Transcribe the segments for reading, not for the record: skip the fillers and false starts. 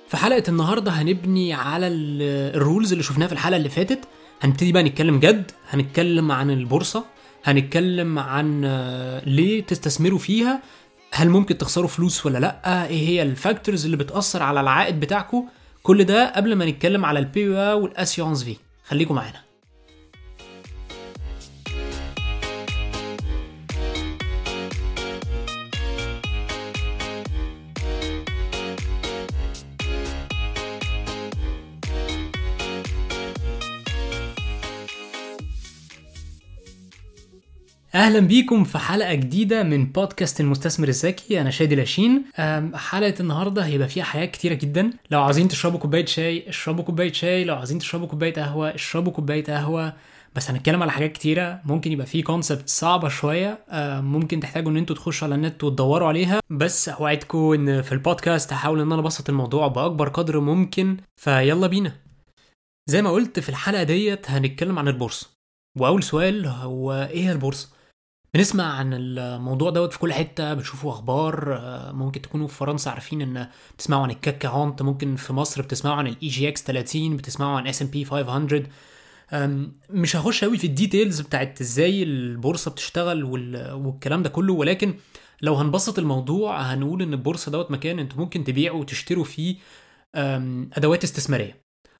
في حلقة النهاردة هنبني على الرولز اللي شفناها في الحلقة اللي فاتت. هنبتدي بقى نتكلم جد، هنتكلم عن البورصة، هنتكلم عن ليه تستثمروا فيها، هل ممكن تخسروا فلوس ولا لأ، ايه هي الفاكتورز اللي بتأثر على العائد بتاعكم. كل ده قبل ما نتكلم على البي والاسيونس في. خليكم معانا. اهلا بيكم في حلقه جديده من بودكاست المستثمر الذكي. انا شادي لاشين. حلقه النهارده هيبقى فيها حاجات كتيره جدا. لو عايزين تشربوا كوبايه شاي اشربوا كوبايه شاي، لو عايزين تشربوا كوبايه قهوه اشربوا كوبايه قهوه. بس هنتكلم على حاجات كتيره، ممكن يبقى فيه كونسبت صعبه شويه، ممكن تحتاجوا ان انتوا تخشوا على النت وتدوروا عليها. بس اوعدكم ان في البودكاست هحاول ان انا ابسط الموضوع باكبر قدر ممكن. فيلا بينا. زي ما قلت في الحلقه ديت هنتكلم عن البورصه. واول سؤال هو ايه البورصه؟ بنسمع عن الموضوع دوت في كل حتة، بتشوفوا أخبار. ممكن تكونوا في فرنسا عارفين إن بتسمعوا عن الكاك 40، ممكن في مصر بتسمعوا عن الاي جي اكس 30، بتسمعوا عن S&P 500. مش هخش قوي في الديتيلز بتاعت ازاي البورصة بتشتغل والكلام ده كله، ولكن لو هنبسط الموضوع هنقول إن البورصة دوت مكان انتوا ممكن تبيعوا وتشتروا فيه أدوات استثمارية.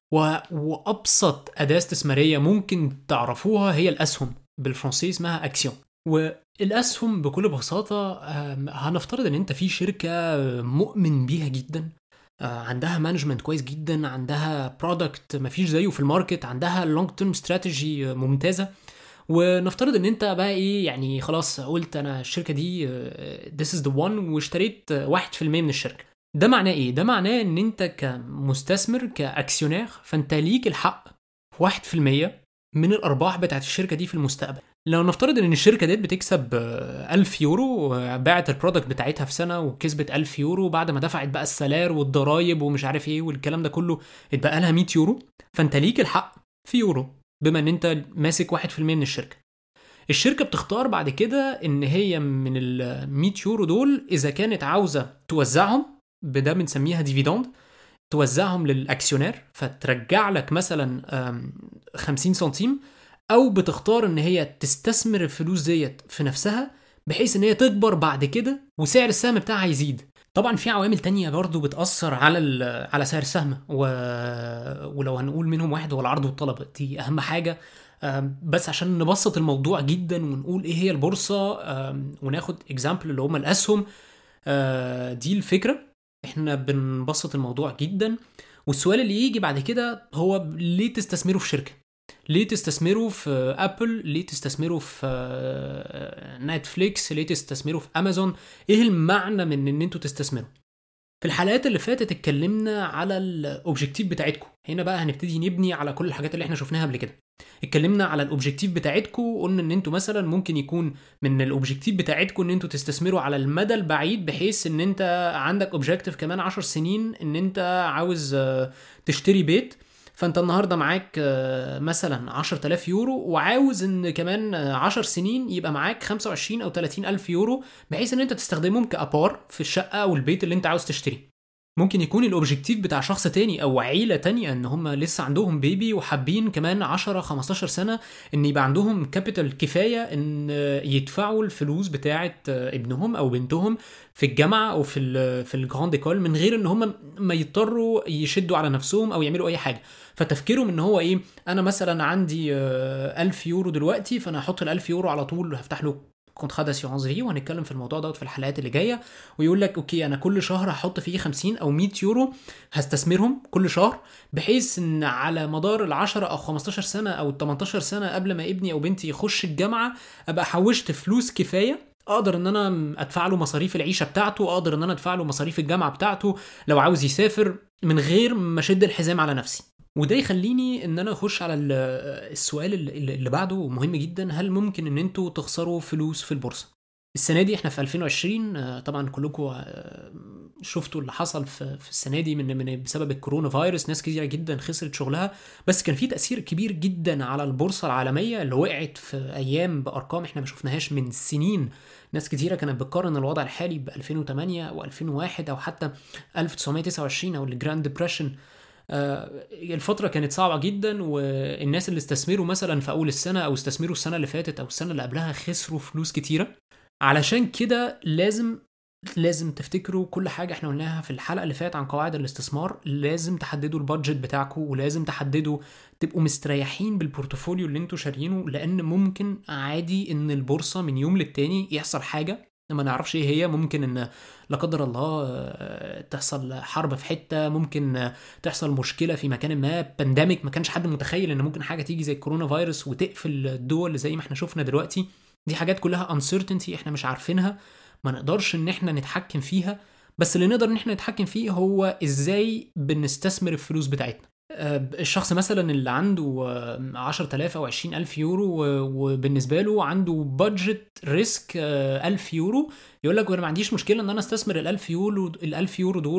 وأبسط أداة استثمارية ممكن تعرفوها هي الأسهم، بالفرنسي اسمها أكسيون. والاسهم بكل بساطه، هنفترض ان انت في شركه مؤمن بيها جدا، عندها مانجمنت كويس جدا، عندها برودكت مفيش زيه في الماركت، عندها لونج تيرم استراتيجي ممتازه. ونفترض ان انت بقى ايه، يعني خلاص قلت انا الشركه دي this is the one واشتريت 1% من الشركه. ده معناه ايه؟ ده معناه ان انت كمستثمر كاكسيونير فانت ليك الحق في 1% من الارباح بتاعت الشركه دي في المستقبل. لو نفترض ان الشركه دي بتكسب 1000 يورو، باعت البرودكت بتاعتها في سنه وكسبت 1000 يورو بعد ما دفعت بقى السلار والضرايب ومش عارف ايه والكلام ده كله، اتبقى لها 100 يورو. فانت ليك الحق في يورو بما ان انت ماسك 1% من الشركه. الشركه بتختار بعد كده ان هي من ال 100 يورو دول اذا كانت عاوزه توزعهم، بده بنسميها ديفيدوند، توزعهم للاكسيونير فترجع لك مثلا 50 سنتيم، او بتختار ان هي تستثمر الفلوس ديت في نفسها بحيث ان هي تكبر بعد كده وسعر السهم بتاعها يزيد. طبعا في عوامل تانية برضو بتأثر على سعر السهم ولو هنقول منهم واحد هو العرض والطلب، دي اهم حاجة. بس عشان نبسط الموضوع جدا ونقول ايه هي البورصة، وناخد اكزامبل اللي هم الاسهم. دي الفكرة، احنا بنبسط الموضوع جدا. والسؤال اللي يجي بعد كده هو ليه تستثمروا في شركة؟ ليه تستثمروا في ابل؟ ليه تستثمروا في نتفليكس؟ ليه تستثمروا في امازون؟ ايه المعنى من ان انتوا تستثمروا؟ في الحلقات اللي فاتت اتكلمنا على الاوبجكتيف بتاعتكم. هنا بقى هنبتدي نبني على كل الحاجات اللي احنا شفناها قبل كده. اتكلمنا على الاوبجكتيف بتاعتكم، قلنا ان انتوا مثلا ممكن يكون من الاوبجكتيف بتاعتكم ان انتوا تستثمروا على المدى البعيد، بحيث ان انت عندك اوبجكتيف كمان 10 سنين ان انت عاوز تشتري بيت. فانت النهارده معاك مثلا 10000 يورو، وعاوز ان كمان 10 سنين يبقى معاك 25 او 30 الف يورو، بحيث ان انت تستخدمهم كابار في الشقه او البيت اللي انت عاوز تشتريه. ممكن يكون الاوبجكتيف بتاع شخص تاني او عيله تانية ان هم لسه عندهم بيبي وحابين كمان 10 15 سنه ان يبقى عندهم كابيتال كفايه ان يدفعوا الفلوس بتاعه ابنهم او بنتهم في الجامعه او في الجراند ايكول، من غير ان هم ما يضطروا يشدوا على نفسهم او يعملوا اي حاجه. فتفكيرهم ان هو ايه، انا مثلا عندي 1000 يورو دلوقتي، فانا هحط ال 1000 يورو على طول، هفتح له كونترا داسيورانس في، وهنتكلم في الموضوع دوت في الحلقات اللي جايه. ويقول لك اوكي انا كل شهر هحط فيه 50 او 100 يورو هستثمرهم كل شهر، بحيث ان على مدار ال 10 او 15 سنه او ال 18 سنه قبل ما ابني او بنتي يخش الجامعه ابقى حوشت فلوس كفايه اقدر ان انا ادفع له مصاريف العيشه بتاعته، اقدر ان انا ادفع له مصاريف الجامعه بتاعته لو عاوز يسافر، من غير ما اشد الحزام على نفسي. وده يخليني ان انا اخش على السؤال اللي بعده مهم جدا. هل ممكن ان انتوا تخسروا فلوس في البورصه؟ السنة دي احنا في 2020، طبعا كلكم شفتوا اللي حصل في السنة دي من بسبب الكورونا فيروس. ناس كتيرة جدا خسرت شغلها، بس كان في تأثير كبير جدا على البورصة العالمية اللي وقعت في أيام بأرقام احنا ما شفناهاش من سنين. ناس كتيرة كانت بتقارن الوضع الحالي ب 2008 أو 2001 أو حتى 1929 أو الجراند ديبريشن. الفترة كانت صعبة جدا، والناس اللي استثمروا مثلا في أول السنة أو استثمروا السنة اللي فاتت أو السنة اللي قبلها خسروا فلوس كتيرة. علشان كده لازم تفتكروا كل حاجة احنا قلناها في الحلقة اللي فات عن قواعد الاستثمار. لازم تحددوا البادجت بتاعكم، ولازم تحددوا تبقوا مستريحين بالبورتفوليو اللي انتوا شاريينه، لان ممكن عادي ان البورصة من يوم للتاني يحصل حاجة ما نعرفش ايه هي. ممكن ان لا قدر الله تحصل حرب في حتة، ممكن تحصل مشكلة في مكان ما، بانديميك ما كانش حد متخيل ان ممكن حاجة تيجي زي الكورونا فيروس وتقفل الدول زي ما احنا شفنا دلوقتي. دي حاجات كلها uncertainty احنا مش عارفينها، ما نقدرش ان احنا نتحكم فيها. بس اللي نقدر ان احنا نتحكم فيه هو ازاي بنستثمر الفلوس بتاعتنا. الشخص مثلا اللي عنده 10,000 أو 20,000 يورو وبالنسبة له عنده بادجت ريسك 1,000 يورو، يقول لك أنا ما عنديش مشكلة إن أنا استثمر ال1000 يورو دول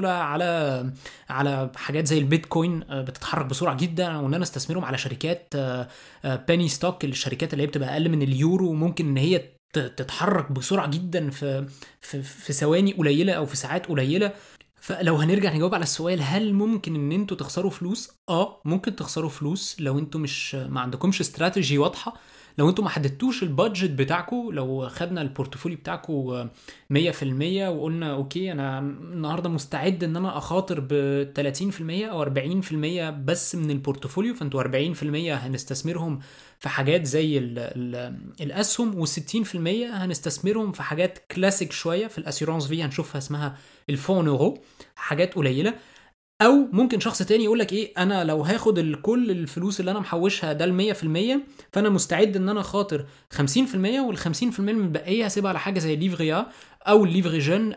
على حاجات زي البيتكوين بتتحرك بسرعة جدا، وإن أنا استثمرهم على شركات باني ستوك، الشركات اللي هي بتبقى أقل من اليورو، ممكن إن هي تتحرك بسرعة جدا في ثواني قليلة أو في ساعات قليلة. فلو هنرجع نجاوب على السؤال، هل ممكن ان انتوا تخسروا فلوس؟ ممكن تخسروا فلوس لو انتوا مش ما عندكمش استراتيجي واضحة، لو انتوا ما حددتوش البادجت بتاعكم. لو خدنا البورتفوليو بتاعكم 100% وقلنا اوكي انا النهارده مستعد ان انا اخاطر ب 30% او 40% بس من البورتفوليو، فانتوا 40% هنستثمرهم في حاجات زي الاسهم، و60% هنستثمرهم في حاجات كلاسيك شويه في الاسيورانس في هنشوفها اسمها الفون اورو، حاجات قليله. او ممكن شخص تاني يقول لك ايه، انا لو هاخد كل الفلوس اللي انا محوشها ده ال100%، فانا مستعد ان انا خاطر 50%، وال50% المتبقيه هسيبها على حاجه زي ليفغيا او الليفريجن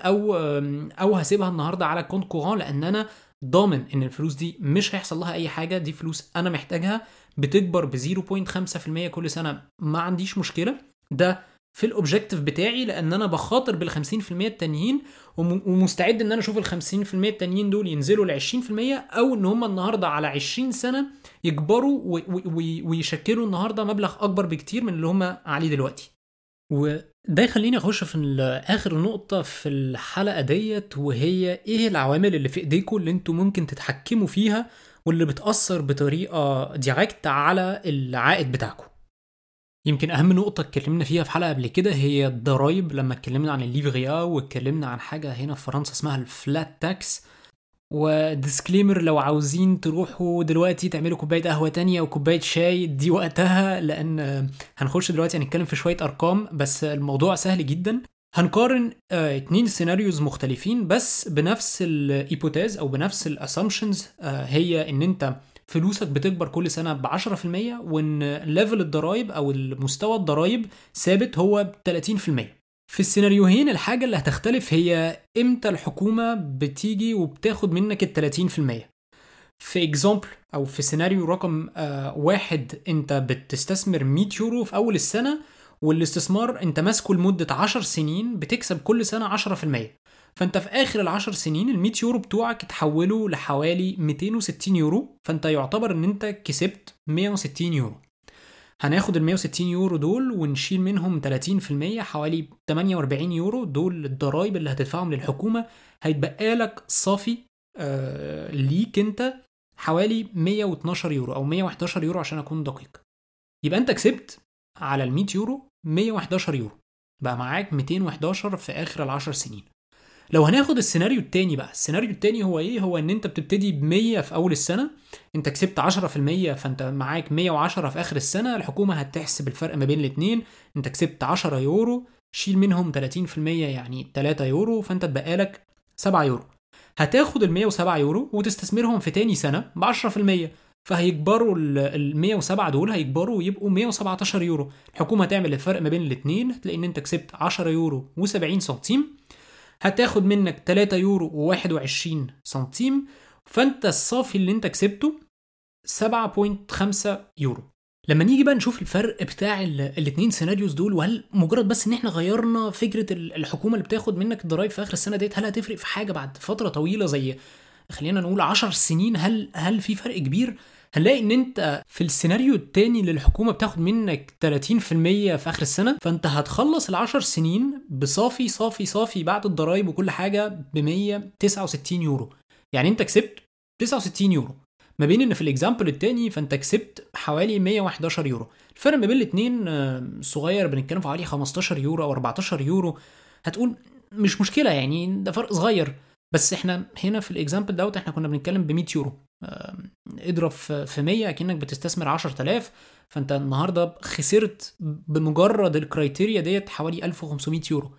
او هسيبها النهارده على كونت كوران، لان انا ضامن ان الفلوس دي مش هيحصل لها اي حاجه، دي فلوس انا محتاجها، بتكبر ب 0.5% كل سنه، ما عنديش مشكله. ده في الاوبجكتيف بتاعي، لان انا بخاطر بال50% التانيين، ومستعد ان انا اشوف ال50% التانيين دول ينزلوا ل20%، او ان هم النهارده على 20 سنه يكبروا ويشكلوا النهارده مبلغ اكبر بكتير من اللي هم عليه دلوقتي. وده يخليني اخش في اخر نقطه في الحلقه ديت، وهي ايه العوامل اللي في ايديكم اللي انتوا ممكن تتحكموا فيها واللي بتاثر بطريقه دايركت على العائد بتاعكم. يمكن اهم نقطه اتكلمنا فيها في حلقه قبل كده هي الضرايب، لما اتكلمنا عن الليفغيا واتكلمنا عن حاجه هنا في فرنسا اسمها الفلات تاكس. وديسكليمر، لو عاوزين تروحوا دلوقتي تعملوا كوبايه قهوه تانية وكوبايه شاي دي وقتها، لان هنخش دلوقتي هنتكلم في شويه ارقام، بس الموضوع سهل جدا. هنقارن 2 سيناريوز مختلفين بس بنفس الايبوتاز او بنفس الاسامبشنز، هي ان انت فلوسك بتكبر كل سنة ب10%، وان ليفل الضرايب او المستوى الضرايب ثابت هو 30%. في السيناريوهين الحاجة اللي هتختلف هي امتى الحكومة بتيجي وبتاخد منك 30%. في اكزامبل او في سيناريو رقم 1، انت بتستثمر 100 يورو في اول السنة، والاستثمار انت ماسكه لمدة 10 سنين، بتكسب كل سنة 10%. فانت في اخر ال10 سنين ال100 يورو بتوعك اتحولوا لحوالي 260 يورو، فانت يعتبر ان انت كسبت 160 يورو. هناخد ال160 يورو دول ونشيل منهم 30%، حوالي 48 يورو دول الضرايب اللي هتدفعهم للحكومة. هيتبقى لك صافي ليك انت حوالي 112 يورو او 111 يورو عشان اكون دقيق. يبقى انت كسبت على ال100 يورو 111 يورو، بقى معاك 211 في اخر ال10 سنين. لو هناخد السيناريو التاني بقى، السيناريو التاني هو ايه؟ هو ان انت بتبتدي ب100 في اول السنة، انت كسبت 10%، فانت معاك 110 في اخر السنة، الحكومة هتحسب الفرق ما بين الاتنين، انت كسبت 10 يورو، شيل منهم 30% يعني 3 يورو، فانت اتبقى لك 7 يورو. هتاخد ال107 يورو وتستثمرهم في تاني سنة ب10%، فهيكبروا ال107 دول هيكبروا ويبقوا 117 يورو. الحكومة هتعمل الفرق ما بين الاتنين، هتلاقي ان انت كسبت 10 يورو و70 سنتيم، هتاخد منك 3 يورو و21 سنتيم، فانت الصافي اللي انت كسبته 7.5 يورو. لما نيجي بقى نشوف الفرق بتاع الاتنين سيناريوز دول، وهل مجرد بس ان احنا غيرنا فكره الحكومه اللي بتاخد منك الضرايب في اخر السنه ديت، هل هتفرق في حاجه بعد فتره طويله زي خلينا نقول 10 سنين؟ هل في فرق كبير؟ هنلاقي ان انت في السيناريو التاني اللي الحكومه بتاخد منك 30% في اخر السنه، فانت هتخلص ال10 سنين بصافي صافي صافي بعد الضرايب وكل حاجه ب 169 يورو. يعني انت كسبت 69 يورو، ما بين ان في الاكزامبل التاني فانت كسبت حوالي 111 يورو. الفرق ما بين الاثنين صغير، بنتكلم في حوالي 15 يورو او 14 يورو. هتقول مش مشكله، يعني ده فرق صغير، بس احنا هنا في الاكزامبل دوت احنا كنا بنتكلم ب 100 يورو. اضرب في 100 اكنك بتستثمر 10000، فانت النهارده خسرت بمجرد الكرايتيريا ديت حوالي 1500 يورو.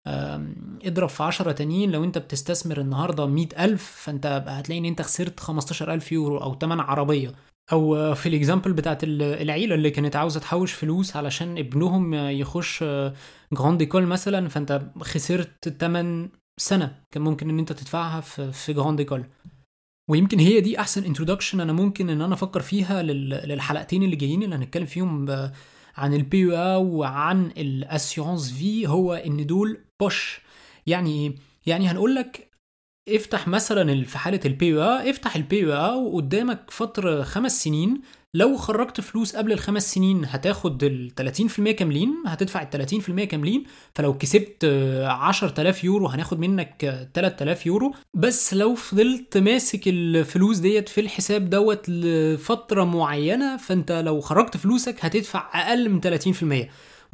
اضرب في 10 تانيين، لو انت بتستثمر النهارده 100,000 فانت هتلاقي ان انت خسرت 15,000 يورو او تمن عربيه. او في الاكزامبل بتاعت العيله اللي كانت عاوزه تحوش فلوس علشان ابنهم يخش جراند ايكول مثلا، فانت خسرت تمن سنه كان ممكن ان انت تدفعها في جراند ايكول. ويمكن هي دي احسن انترودكشن انا ممكن ان انا افكر فيها للحلقتين اللي جايين اللي هنتكلم فيهم عن البي يو ا وعن الاسيورانس في، هو ان دول بوش. يعني ايه؟ يعني هنقول لك افتح مثلا في حالة البي يو ا، افتح البي يو ا وقدامك فترة 5 سنين، لو خرجت فلوس قبل ال5 سنين هتاخد ال 30% كاملين، هتدفع ال 30% كاملين. فلو كسبت 10,000 يورو هناخد منك 3,000 يورو. بس لو فضلت ماسك الفلوس ديت في الحساب دوت لفترة معينة، فانت لو خرجت فلوسك هتدفع اقل من 30%.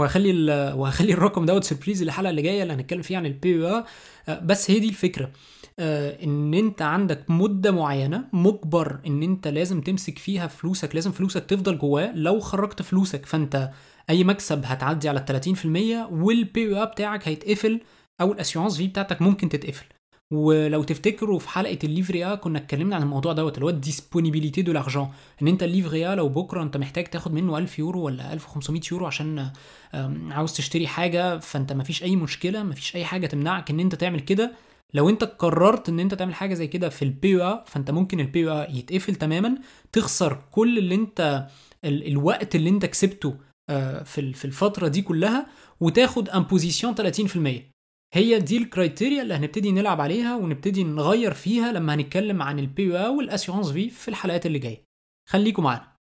وهخلي الرقم دوت سربريز الحلقة اللي جاية اللي هنتكلم فيها عن البي يو ا. بس هي دي الفكرة، ان انت عندك مدة معينة مجبر ان انت لازم تمسك فيها فلوسك، لازم فلوسك تفضل جواه. لو خرجت فلوسك فانت اي مكسب هتعدي على 30%، والبي يو بتاعك هيتقفل، او الاسيورانس في بتاعتك ممكن تتقفل. ولو تفتكروا في حلقه الليفري كنا اتكلمنا عن الموضوع دوت اللي هو الديسبونيبيليتي دو لارجون، ان انت الليفري لو بكره انت محتاج تاخد منه 1000 يورو ولا 1500 يورو عشان عاوز تشتري حاجه، فانت مفيش اي مشكله، مفيش اي حاجه تمنعك ان انت تعمل كده. لو انت قررت ان انت تعمل حاجه زي كده في البي يو فانت ممكن البي يو يتقفل تماما، تخسر كل اللي انت الوقت اللي انت كسبته في الفتره دي كلها، وتاخد امبوزيشن 30%. هي دي الكرايتيريا اللي هنبتدي نلعب عليها ونبتدي نغير فيها لما هنتكلم عن البي يو والاسيورانس في الحلقات اللي جايه. خليكم معانا.